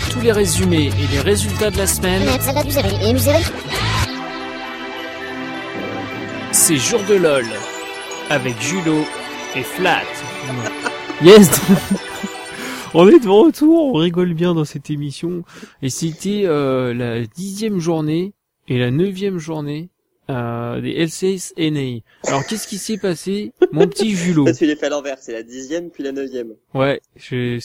tous les résumés et les résultats de la semaine. C'est Jour de LOL avec Julo et Flat. Yes. On est de retour, on rigole bien dans cette émission. Et c'était la 10e journée et la 9e journée des LCS NA. Alors qu'est-ce qui s'est passé, mon petit Julo? Ça, tu les fais à l'envers, c'est la 10e puis la 9e. Ouais, c'est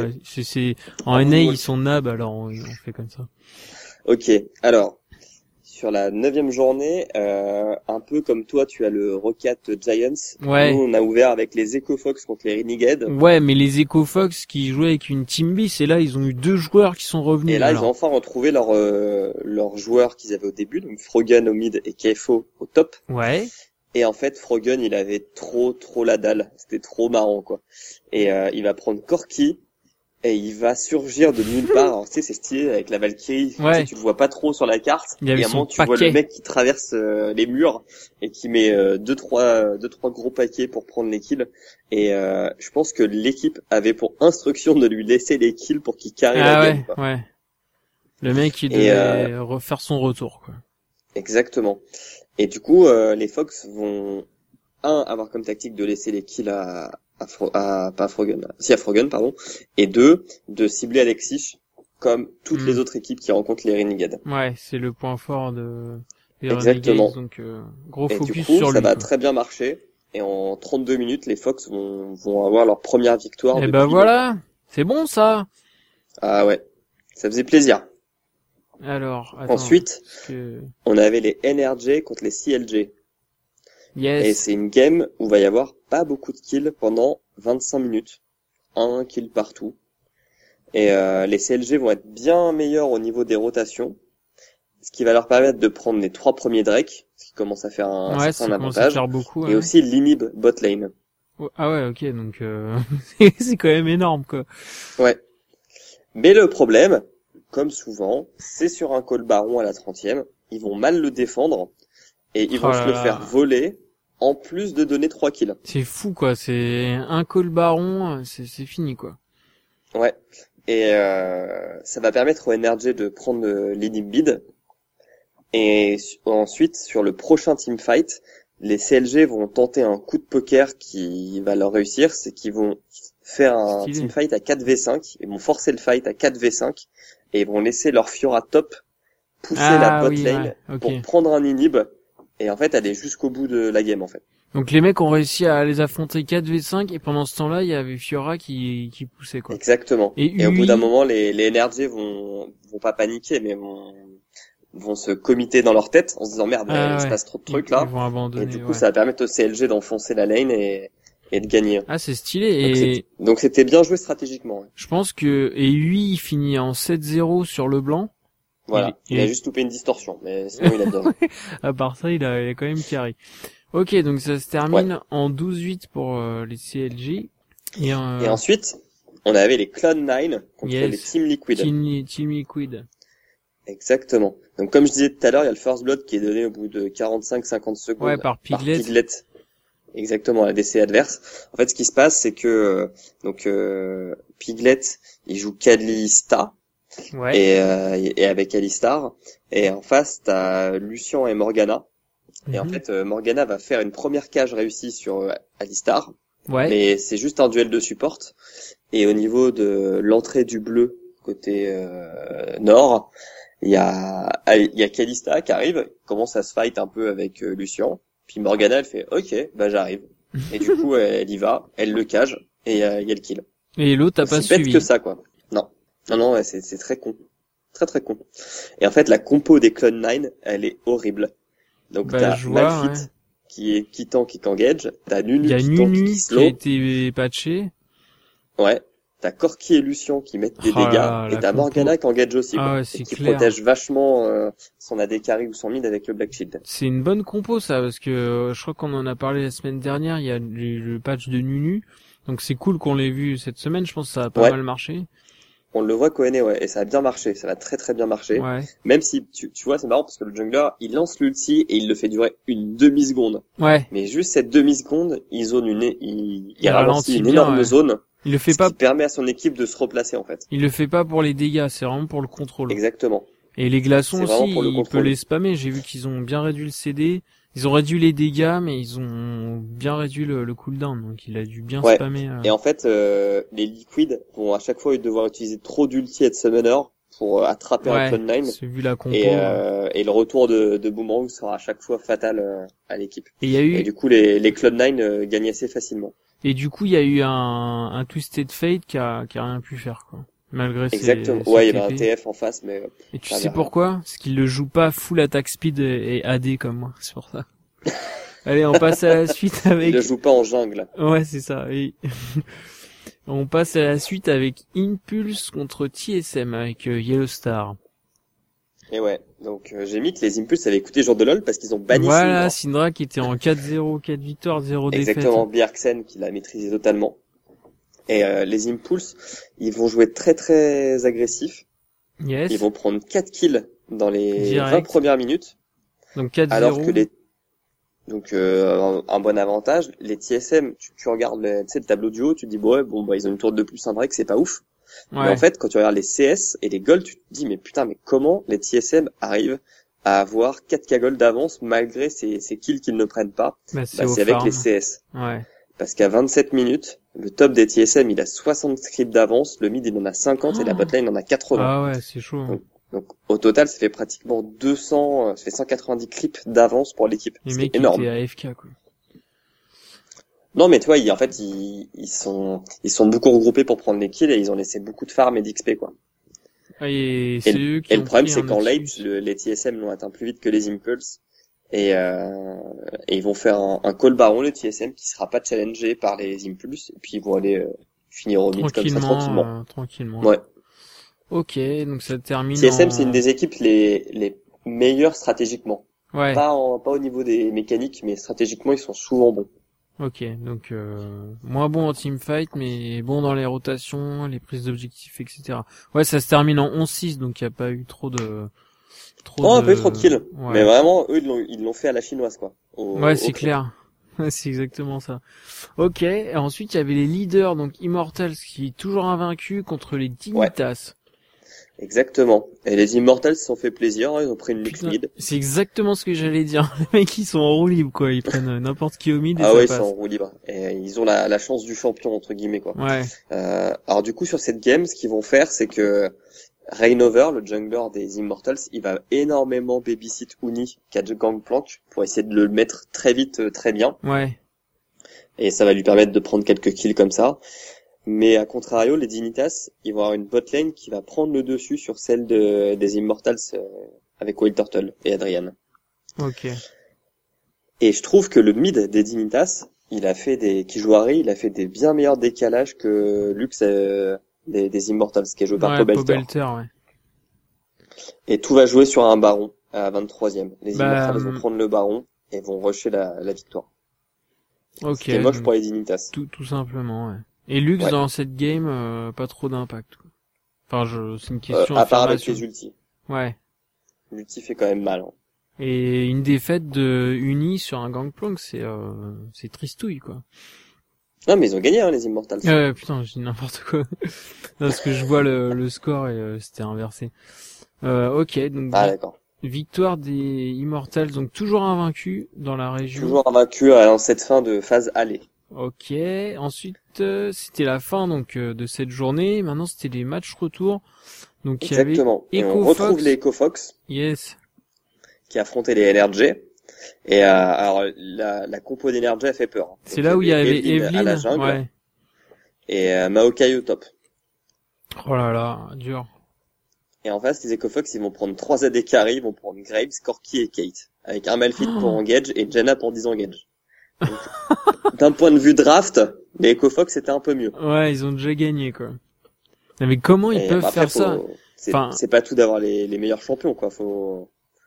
en NA ils sont nab, alors on fait comme ça. Ok, alors sur la 9e journée, un peu comme toi, tu as le Rocket Giants. Ouais. Nous, on a ouvert avec les Echo Fox contre les Renegades. Ouais, mais les Echo Fox qui jouaient avec une Team Beast, et là, ils ont eu 2 joueurs qui sont revenus. Et là, alors. Ils ont enfin retrouvé leurs joueurs qu'ils avaient au début, donc Froggen au mid et KFO au top. Ouais. Et en fait, Froggen, il avait trop la dalle. C'était trop marrant, quoi. Et il va prendre Corki. Et il va surgir de nulle part. Alors, tu sais, c'est stylé avec la Valkyrie. Ouais. Tu le vois pas trop sur la carte. Il y avait et à un moment, son tu vois paquet. le mec qui traverse les murs et qui met deux trois gros paquets pour prendre les kills. Et je pense que l'équipe avait pour instruction de lui laisser les kills pour qu'il carry la game. Quoi. Ouais. Le mec, il devait refaire son retour, quoi. Exactement. Et du coup, les Fox vont avoir comme tactique de laisser les kills à Froggen, pardon, et 2, de cibler Alexis comme toutes les autres équipes qui rencontrent les Renegades. Ouais, c'est le point fort des Exactement. Renegades, donc gros et focus du coup, sur lui. Ça va quoi. très bien marcher, et en 32 minutes, les Fox vont avoir leur première victoire. Et ben voilà, c'est bon ça. Ah ouais, ça faisait plaisir. Alors, attends, ensuite, on avait les NRJ contre les CLJ. Yes. Et c'est une game où il va y avoir pas beaucoup de kills pendant 25 minutes. Un kill partout. Et les CLG vont être bien meilleurs au niveau des rotations. Ce qui va leur permettre de prendre les 3 premiers Drake. Ce qui commence à faire un certain avantage. Beaucoup, et aussi l'inhib bot lane. Ah ouais, ok, donc c'est quand même énorme, quoi. Ouais. Mais le problème, comme souvent, c'est sur un call baron à la 30e. Ils vont mal le défendre. Et ils vont se le faire voler, en plus de donner 3 kills. C'est fou, quoi. C'est un call baron, c'est fini, quoi. Ouais. Et ça va permettre au NRJ de prendre l'inhib. Et ensuite, sur le prochain teamfight, les CLG vont tenter un coup de poker qui va leur réussir. C'est qu'ils vont faire un teamfight à 4v5. Ils vont forcer le fight à 4v5. Et ils vont laisser leur Fiora top pousser la bot lane pour prendre un inhib. Et en fait, aller jusqu'au bout de la game, en fait. Donc les mecs ont réussi à les affronter 4v5 et pendant ce temps-là, il y avait Fiora qui poussait, quoi. Exactement. Et au bout d'un moment, les NRJ vont pas paniquer, mais vont se committer dans leur tête en se disant merde, il se passe trop de trucs là. Ils vont abandonner, et du coup, ça va permettre au CLG d'enfoncer la lane et de gagner. Ah, c'est stylé. Donc c'était bien joué stratégiquement. Ouais. Je pense que lui, il finit en 7-0 sur le blanc. Voilà. Il a juste loupé une distorsion, mais sinon il a bien. À part ça, il a quand même carré. Ok, donc ça se termine en 12-8 pour les CLG. Et ensuite, on avait les Clone9 contre les Team Liquid. Team Liquid. Exactement. Donc comme je disais tout à l'heure, il y a le First Blood qui est donné au bout de 45-50 secondes. Ouais, par Piglet. Exactement, la DC adverse. En fait, ce qui se passe, c'est que Piglet, il joue Kalista. Ouais. Et avec Alistar. Et en face, t'as Lucian et Morgana. Et en fait, Morgana va faire une première cage réussie sur Alistar. Ouais. Mais c'est juste un duel de support. Et au niveau de l'entrée du bleu, côté nord, il y a Kalista qui arrive, commence à se fight un peu avec Lucian. Puis Morgana, elle fait « Ok, bah j'arrive ». Et du coup, elle y va, elle le cage, et il y a le kill. Et l'autre t'as pas suivi. C'est bête que ça, quoi. Non, ouais, c'est très con. Très con. Et en fait, la compo des Clone9, elle est horrible. Donc t'as Malphite qui est qui tank et qui engage, t'as Nunu qui tank et qui slow. Qui a été patché. Ouais. T'as Corki et Lucian qui mettent des dégâts, et t'as Morgana qui engage aussi, ouais, et qui protège vachement son AD carry ou son mid avec le Black Shield. C'est une bonne compo ça, parce que je crois qu'on en a parlé la semaine dernière, il y a le patch de Nunu, donc c'est cool qu'on l'ait vu cette semaine, je pense que ça a pas mal marché. On le voit cohéner, ouais, et ça a bien marché, ça va très très bien marcher. Ouais. Même si, tu vois, c'est marrant parce que le jungler, il lance l'ulti et il le fait durer une demi-seconde. Ouais. Mais juste cette demi-seconde, il Il ralentit une bien, énorme ouais. zone, Il le fait ce pas. qui permet à son équipe de se replacer, en fait. Il le fait pas pour les dégâts, c'est vraiment pour le contrôle. Exactement. Et les glaçons C'est vraiment aussi, pour le il peut contrôle. les spammer. J'ai vu qu'ils ont bien réduit le CD. Ils ont réduit les dégâts, mais ils ont bien réduit le cooldown. Donc il a dû bien Ouais. spammer. Et en fait, les liquides vont à chaque fois devoir utiliser trop d'ulti et de summoner pour attraper un Ouais, Clone9. c'est vu la compo. Et le retour de Boomerang sera à chaque fois fatal à l'équipe. Et il y a eu. Et du coup, les Clone9 gagnent assez facilement. Et du coup, il y a eu un Twisted Fate qui a rien pu faire, quoi. Malgré Exactement. ses Ouais, il y avait un TP. TF en face, mais Et tu ça sais avait pourquoi? Parce qu'il le joue pas full attack speed et AD comme moi, c'est pour ça. Allez, on passe à la suite il avec... le joue pas en jungle. Ouais, c'est ça, oui. On passe à la suite avec Impulse contre TSM avec Yellow Star. Et ouais. Donc, j'ai mis que les Impulse avaient coûté jour de LoL parce qu'ils ont banni Voilà, Syndra. Syndra qui était en 4-0, 4 victoires, 0 défaite. Exactement. Bjergsen qui l'a maîtrisé totalement. Et les Impulse, ils vont jouer très très agressifs. Yes. Ils vont prendre 4 kills dans les Direct. 20 premières minutes. Donc 4-0. Alors que un bon avantage, les TSM, tu regardes tu sais, le tableau du haut, tu te dis bon ils ont une tour de plus, c'est vrai que c'est pas ouf. Ouais. Mais en fait, quand tu regardes les CS et les Gold, tu te dis mais putain, mais comment les TSM arrivent à avoir 4K Gold d'avance malgré ces kills qu'ils ne prennent pas? Bah, C'est avec farm. les CS. Ouais. Parce qu'à 27 minutes, le top des TSM, il a 60 scripts d'avance, le mid il en a 50 et la botlane en a 80. Ah ouais, c'est chaud. Donc au total, ça fait pratiquement 200, ça fait 190 creeps d'avance pour l'équipe. Les C'est mecs énorme. étaient AFK, quoi. Non, mais tu vois, ils sont beaucoup regroupés pour prendre les kills et ils ont laissé beaucoup de farm et d'XP, quoi. Ah, et c'est eux qui Et ont le problème, pris c'est un qu'en late, Nexus. les TSM l'ont atteint plus vite que les Impulse. Et ils vont faire un call baron, les TSM, qui sera pas challengé par les Impulse. Et puis ils vont aller finir au mid comme ça, tranquillement. Tranquillement. Ouais. Ok, donc ça termine TSM, c'est une des équipes les meilleures stratégiquement. Ouais. Pas au niveau des mécaniques, mais stratégiquement, ils sont souvent bons. Ok, donc moins bon en teamfight, mais bon dans les rotations, les prises d'objectifs, etc. Ouais, ça se termine en 11-6, donc il n'y a pas eu trop de... Un peu trop de kills. Ouais. Mais vraiment, eux, ils l'ont fait à la chinoise, quoi. Ouais, c'est clair. C'est exactement ça. Ok, et ensuite il y avait les leaders, donc Immortals, qui est toujours invaincu contre les Dignitas. Exactement. Et les Immortals se sont fait plaisir, hein, ils ont pris une Lux mid. C'est exactement ce que j'allais dire. Les mecs, ils sont en roue libre, quoi. Ils prennent n'importe qui au mid et Ah ça ouais, ils passe. sont en roue libre. Et ils ont la chance du champion, entre guillemets, quoi. Ouais. Alors du coup, sur cette game, ce qu'ils vont faire, c'est que Reignover, le jungler des Immortals, il va énormément babysit Uni, qui a Gangplank, pour essayer de le mettre très vite, très bien. Ouais. Et ça va lui permettre de prendre quelques kills comme ça. Mais à contrario, les Dignitas, ils vont avoir une botlane qui va prendre le dessus sur celle des Immortals avec Wild Turtle et Adrian. Ok. Et je trouve que le mid des Dignitas, qui joue Harry, il a fait des bien meilleurs décalages que Lux des Immortals, qui est joué par Pobelter. Ouais. Et tout va jouer sur un baron à 23e. Les Immortals vont Bah, prendre le baron et vont rusher la victoire. ok. C'est moche donc, pour les Dignitas. tout simplement, ouais. Et Lux, Ouais. dans cette game, pas trop d'impact, quoi. Enfin, c'est une question À part avec d'affirmation. les ultis. Ouais. L'ulti fait quand même mal. Hein. Et une défaite de Uni sur un Gangplank, c'est tristouille, quoi. Non, mais ils ont gagné, hein, les Immortals. Putain, je dis n'importe quoi. Non, parce que je vois le score et c'était inversé. Ok, donc Ah, d'accord. victoire des Immortals, donc toujours invaincus dans la région. Toujours invaincu dans cette fin de phase aller. Ok, ensuite c'était la fin donc de cette journée. Maintenant c'était les matchs retour. Donc il y avait Exactement. Et on EcoFox. retrouve les EcoFox Yes. qui affrontaient les NRG. Et alors la compo d'NRG a fait peur. C'est Donc, là où il y avait à la Evelyn. jungle Ouais. et Maokai au top. Oh là là, dur. Et en face, les EcoFox, ils vont prendre 3 AD carry, ils vont prendre Graves, Corki et Kate. Avec un Malphite pour engage et Janna pour disengage. Donc, d'un point de vue draft, les EcoFox c'était un peu mieux. Ouais, ils ont déjà gagné quoi. Mais comment ils Et peuvent après, faire ça? Enfin- c'est pas tout d'avoir les meilleurs champions, quoi. Faut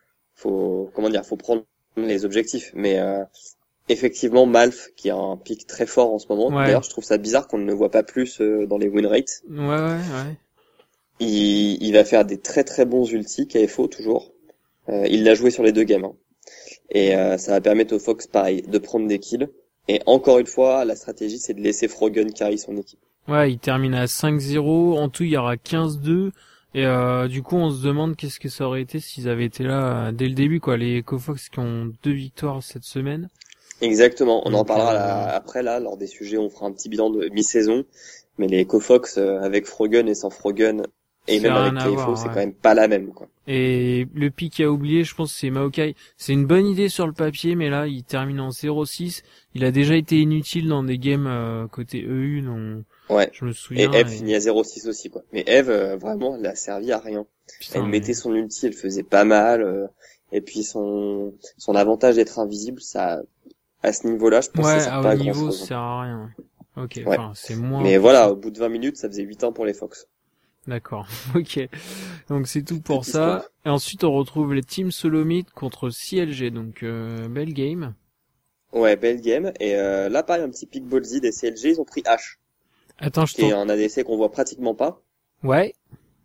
prendre les objectifs. Mais, effectivement, Malf, qui a un pic très fort en ce moment. Ouais. D'ailleurs, je trouve ça bizarre qu'on ne le voit pas plus dans les win rates. Ouais. il va faire des très très bons ultis, KFO toujours. Il l'a joué sur les 2 games. Hein. Et ça va permettre aux Fox, pareil, de prendre des kills. Et encore une fois, la stratégie, c'est de laisser Froggen carry son équipe. Ouais, il termine à 5-0. En tout, il y aura 15-2. Et du coup, on se demande qu'est-ce que ça aurait été s'ils avaient été là dès le début, quoi. Les Ecofox qui ont 2 victoires cette semaine. Exactement. On en Donc, parlera après, là, lors des sujets. On fera un petit bilan de mi-saison. Mais les Ecofox, avec Froggen et sans Froggen, et même avec KFO, c'est quand même pas la même, quoi. Et le pic à oublier, je pense, c'est Maokai. C'est une bonne idée sur le papier, mais là, il termine en 0-6. Il a déjà été inutile dans des games côté EU, donc ouais. Je me souviens. Et Eve finit à 0-6 aussi, quoi. Mais Eve, vraiment, elle a servi à rien. Putain, elle mettait son ulti, elle faisait pas mal. Et puis son avantage d'être invisible, ça, à ce niveau-là, je pense que ça sert pas à grand chose. Ouais, au niveau, ça sert à rien. Ok, ouais. Enfin, c'est moins. Mais voilà, au bout de 20 minutes, ça faisait 8 ans pour les Fox. D'accord, ok. Donc c'est tout pour ça. Et ensuite on retrouve les Team Solomid contre CLG, donc belle game. Ouais, belle game. Et là, pareil, un petit pick ballsy des CLG, ils ont pris H. Attends, qui est un ADC qu'on voit pratiquement pas. Ouais.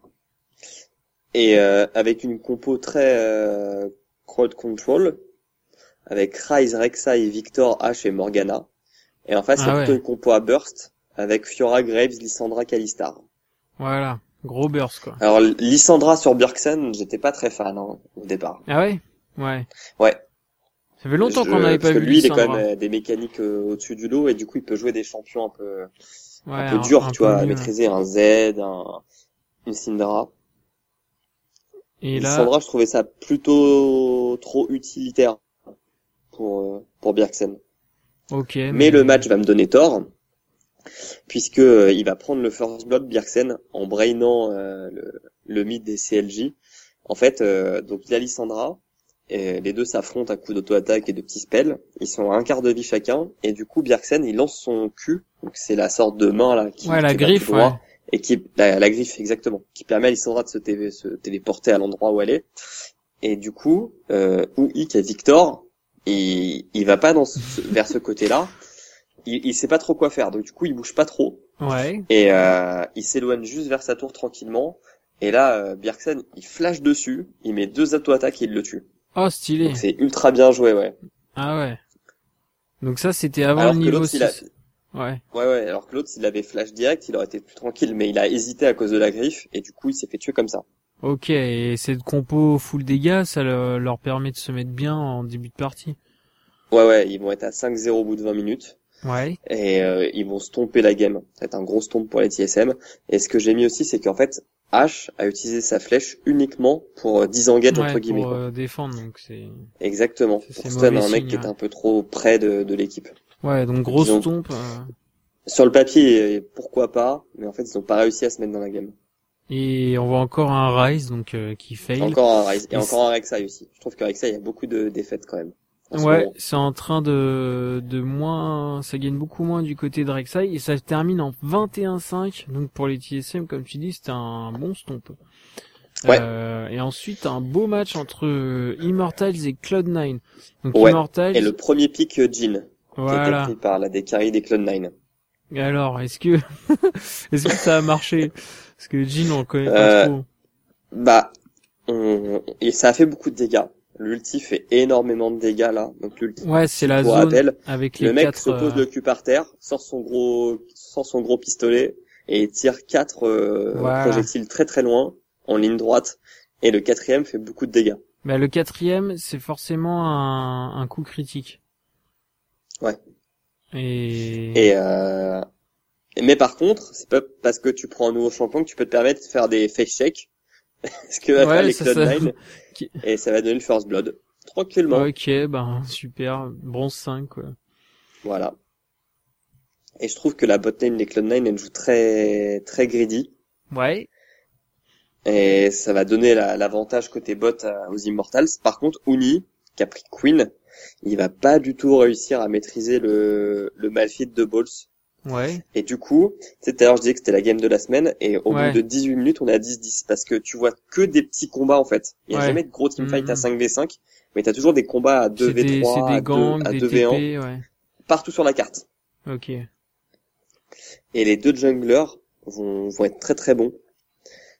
Et avec une compo très crowd control, avec Ryze, Rek'Sai, Victor, H et Morgana. Et en face, c'est plutôt une compo à burst, avec Fiora, Graves, Lissandra, Kalistar. Voilà. Gros burst, quoi. Alors, Lissandra sur Bjergsen, j'étais pas très fan, hein, au départ. Ah ouais? Ouais. Ouais. Ça fait longtemps qu'on n'avait pas vu lui, Lissandra. il est quand même des mécaniques au-dessus du lot, et du coup, il peut jouer des champions un peu ouais, durs, tu vois, à maîtriser un Z, une Syndra. Et là... Lissandra, je trouvais ça plutôt trop utilitaire pour Bjergsen. Ok. Mais le match va me donner tort, puisque il va prendre le first blood Bjergsen en brainant le mid des CLJ. En fait, donc il y a Lissandra, et les deux s'affrontent à coups d'auto-attaque et de petits spells. Ils sont à un quart de vie chacun, et du coup Bjergsen il lance son Q, donc c'est la sorte de main là qui la griffe, droit, et qui la griffe exactement, qui permet à Lissandra de se téléporter à l'endroit où elle est. Et du coup, Ui qui est Victor, il va pas vers ce côté-là. Il sait pas trop quoi faire, donc du coup il bouge pas trop. Ouais. Et il s'éloigne juste vers sa tour tranquillement. Et là, Bjergsen, il flash dessus, il met 2 auto-attaques et il le tue. Oh, stylé. Donc c'est ultra bien joué, ouais. Ah ouais. Donc ça, c'était avant alors le niveau 6. Ouais. Ouais, alors que l'autre, s'il avait flash direct, il aurait été plus tranquille, mais il a hésité à cause de la griffe, et du coup, il s'est fait tuer comme ça. Ok, et cette compo full dégâts, ça leur permet de se mettre bien en début de partie. Ouais, ils vont être à 5-0 au bout de 20 minutes. Ouais. Et ils vont stomper la game. Ça va être un gros stomp pour les TSM. Et ce que j'ai mis aussi, c'est qu'en fait, H a utilisé sa flèche uniquement pour disengage entre guillemets. Pour défendre, donc c'est... Exactement. Pour stun un mec qui est un peu trop près de l'équipe. Ouais, donc gros stomp. Sur le papier, pourquoi pas, mais en fait, ils ont pas réussi à se mettre dans la game. Et on voit encore un Ryze, donc qui fail. Encore un Ryze, et encore un Rek'Sai aussi. Je trouve que Rek'Sai, il y a beaucoup de défaites quand même. Ouais, c'est en train de moins, ça gagne beaucoup moins du côté de Rek'Sai, et ça termine en 21-5, donc pour les TSM, comme tu dis, c'était un bon stomp. Ouais. Et ensuite, un beau match entre Immortals et Cloud9. Donc ouais. Immortals... Et le premier pick Jhin, voilà. qui a été pris par la Dekari des Cloud9. Et alors, est-ce que ça a marché? Parce que Jhin, on le connaît pas trop. Bah, et ça a fait beaucoup de dégâts. L'ulti fait énormément de dégâts là. Donc l'ulti. Ouais, c'est la zone Adèle. avec les le mec 4, se pose le cul par terre, sort son gros pistolet et tire 4 projectiles très très loin en ligne droite. Et le 4e fait beaucoup de dégâts. Bah le 4e, c'est forcément un coup critique. Ouais. Et mais par contre, c'est pas parce que tu prends un nouveau champion que tu peux te permettre de faire des face checks. Ce que va faire les Cloud9. Et ça va donner le first blood. Tranquillement. Ok, ben, super. Bronze 5, quoi. Voilà. Et je trouve que la botlane des Cloud9, elle joue très, très greedy. Ouais. Et ça va donner l'avantage côté bot aux Immortals. Par contre, Uni, qui a pris Queen, il va pas du tout réussir à maîtriser le malfeed de Balls. Ouais. Et du coup, tout à l'heure je disais que c'était la game de la semaine, et au bout de 18 minutes, on est à 10-10, parce que tu vois que des petits combats en fait. Il y a jamais de gros teamfight à 5v5, mais t'as toujours des combats à 2v3, à 2v1, ouais. partout sur la carte. Ok. Et les deux junglers vont être très très bons.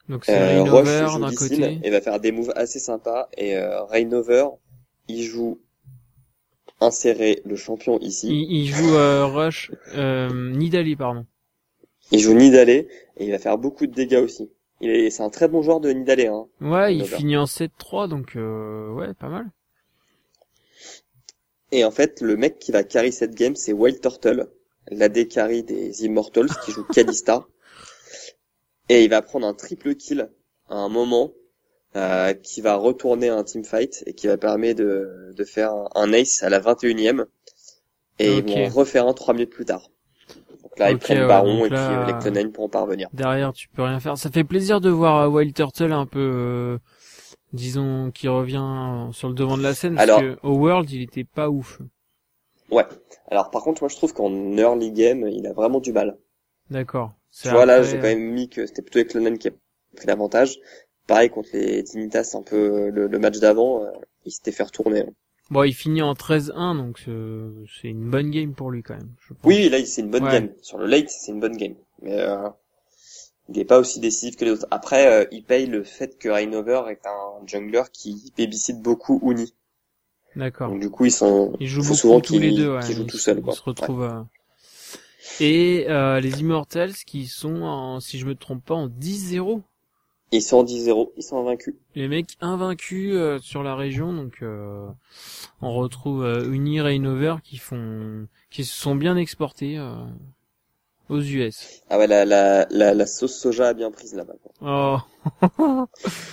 Donc c'est Roche Rainover joue d'un Lee Sin côté. et va faire des moves assez sympas. Et Rainover, il joue insérer le champion ici. Il joue Rush, Nidalee, pardon. Il joue Nidalee et il va faire beaucoup de dégâts aussi. C'est un très bon joueur de Nidalee, hein. Ouais, il Rainover. finit en 7-3, donc ouais, pas mal. Et en fait, le mec qui va carry cette game, c'est Wild Turtle, l'AD carry des Immortals, qui joue Kalista. Et il va prendre un triple kill à un moment qui va retourner un teamfight et qui va permettre de faire un ace à la 21e. Et Ok. ils vont refaire un 3 minutes plus tard. Donc là, ils Ok, prennent ouais, Baron donc et là, puis les Clone9 pourront parvenir. Derrière, tu peux rien faire. Ça fait plaisir de voir Wild Turtle un peu, disons, qui revient sur le devant de la scène, parce Alors- que au World, il était pas ouf. Ouais. Alors par contre, moi je trouve qu'en early game, il a vraiment du mal. D'accord. Tu vois, là, après, j'ai quand même mis que c'était plutôt les Clone9 qui a pris l'avantage. Pareil contre les Dignitas, un peu le match d'avant, il s'était fait retourner, hein. Bon, il finit en 13-1, donc c'est une bonne game pour lui quand même, je pense. Oui, là, c'est une bonne Ouais. game. Sur le late, c'est une bonne game. Mais il est pas aussi décisif que les autres. Après, il paye le fait que Rainover est un jungler qui babysit beaucoup Uni. D'accord. Donc du coup, ils sont Ils jouent faut beaucoup souvent tous les qu'ils deux, ouais. qu'ils jouent Ils tout seuls, ils quoi. se retrouvent. Et les Immortals qui sont, si je me trompe pas, en 10-0. Ils sont en 10-0, ils sont invaincus. Les mecs invaincus sur la région, donc on retrouve Uni, Rainover qui se sont bien exportés aux US. Ah ouais, la sauce soja a bien prise là-bas, quoi. Oh.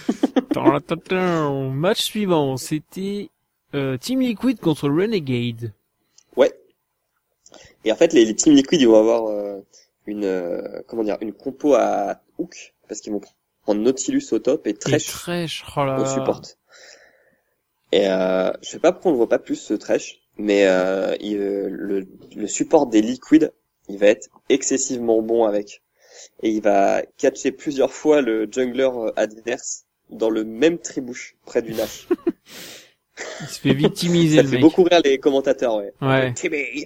Match suivant, c'était Team Liquid contre Renegade. Ouais. Et en fait, les Team Liquid, ils vont avoir une compo à hook, parce qu'ils vont prendre Nautilus au top et Et Thresh Thresh, oh là au là. support. Et je sais pas pourquoi on ne voit pas plus ce Thresh, mais le support des Liquid, il va être excessivement bon avec. Et il va catcher plusieurs fois le jungler adverse dans le même tribouche, près du Nash. Il se fait victimiser Ça le fait mec. beaucoup rire les commentateurs, ouais. Ouais. Timmy.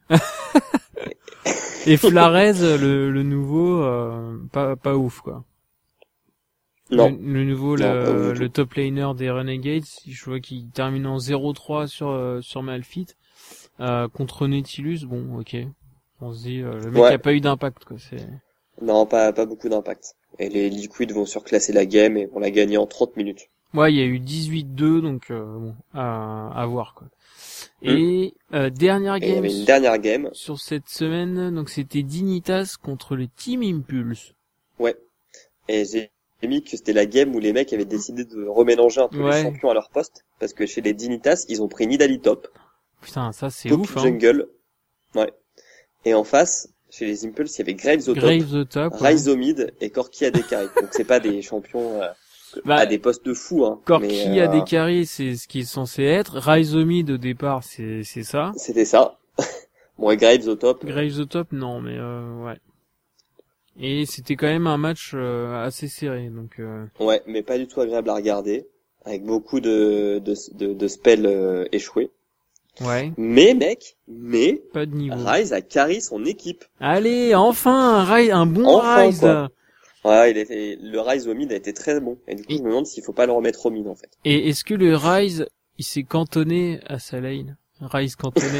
Et Flarez, le nouveau, pas ouf quoi. Non. Le nouveau, Non, pas ouf du le top laner des Renegades, je vois qu'il termine en 0-3 sur Malphite. Contre Nautilus, bon, ok. On se dit, le mec Ouais. a pas eu d'impact quoi. Non, pas beaucoup d'impact. Et les Liquid vont surclasser la game et vont la gagner en 30 minutes. Ouais, il y a eu 18-2, donc bon, à voir quoi. Et dernière Et il y game avait une dernière game. sur cette semaine, donc c'était Dignitas contre le Team Impulse. Ouais. Et j'ai mis que c'était la game où les mecs avaient décidé de remélanger un peu Ouais. les champions à leur poste. Parce que chez les Dignitas, ils ont pris Nidalee top. Putain, ça c'est Top ouf, hein. jungle. Ouais. Et en face, chez les Impulse, il y avait Graves au top, Graves au top. Ouais. Ryze au mid et Corki à des carries. Donc c'est pas des champions Bah, à des postes de fou, hein. Corki Mais, a des carries, c'est ce qui est censé être. Rise au mid au départ, c'est ça. C'était ça. Bon, et Graves au top. Graves au top, non, mais ouais. Et c'était quand même un match assez serré, donc. Ouais, mais pas du tout agréable à regarder. Avec beaucoup de spells échoués. Ouais. Mais Pas de niveau. Ryze a carry son équipe. Allez, enfin un bon Enfin, Rise. quoi. Ouais, le Ryze au mid a été très bon. Et du coup, je me demande s'il faut pas le remettre au mid, en fait. Et est-ce que le Rise, il s'est cantonné à sa lane? Rise cantonné.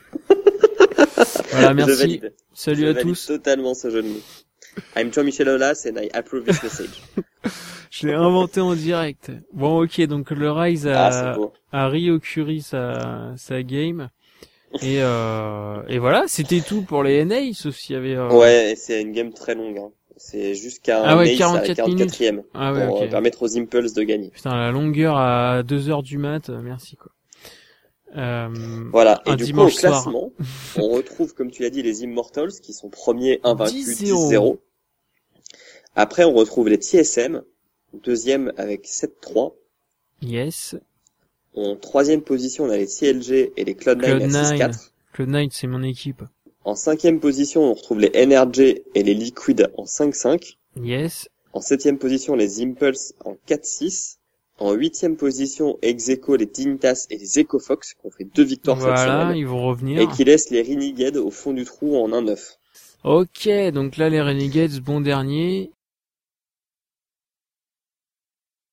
Voilà, Je merci. valide. Salut Je à valide tous. totalement ce jeu de mots. I'm Jean-Michel Aulas and I approve this message. Je l'ai inventé en direct. Bon, ok, donc le Rise Ah, c'est beau. a reoccurri sa game. Et voilà, c'était tout pour les NA, sauf s'il y avait... Ouais, et c'est une game très longue, hein. C'est jusqu'à Ah un ouais, ace 44 à la 44e. Ah ouais, pour ok. permettre aux Impulse de gagner. Putain, la longueur à 2h du mat, merci quoi. Voilà. Et un du coup, au dimanche soir. classement, on retrouve, comme tu l'as dit, les Immortals, qui sont premiers invaincus 10-0. 10-0. Après, on retrouve les TSM, deuxième avec 7-3. Yes. En troisième position, on a les CLG et les Cloud9 à 6-4. Cloud9, c'est mon équipe. En cinquième position, on retrouve les NRG et les Liquid en 5-5. Yes. En septième position, les Impulse en 4-6. En huitième position, ex-aequo les Dignitas et les EcoFox, qui ont fait 2 victoires cette Voilà, semaine. ils vont revenir. Et qui laissent les Renegades au fond du trou en 1-9. Ok, donc là les Renegades, bon dernier.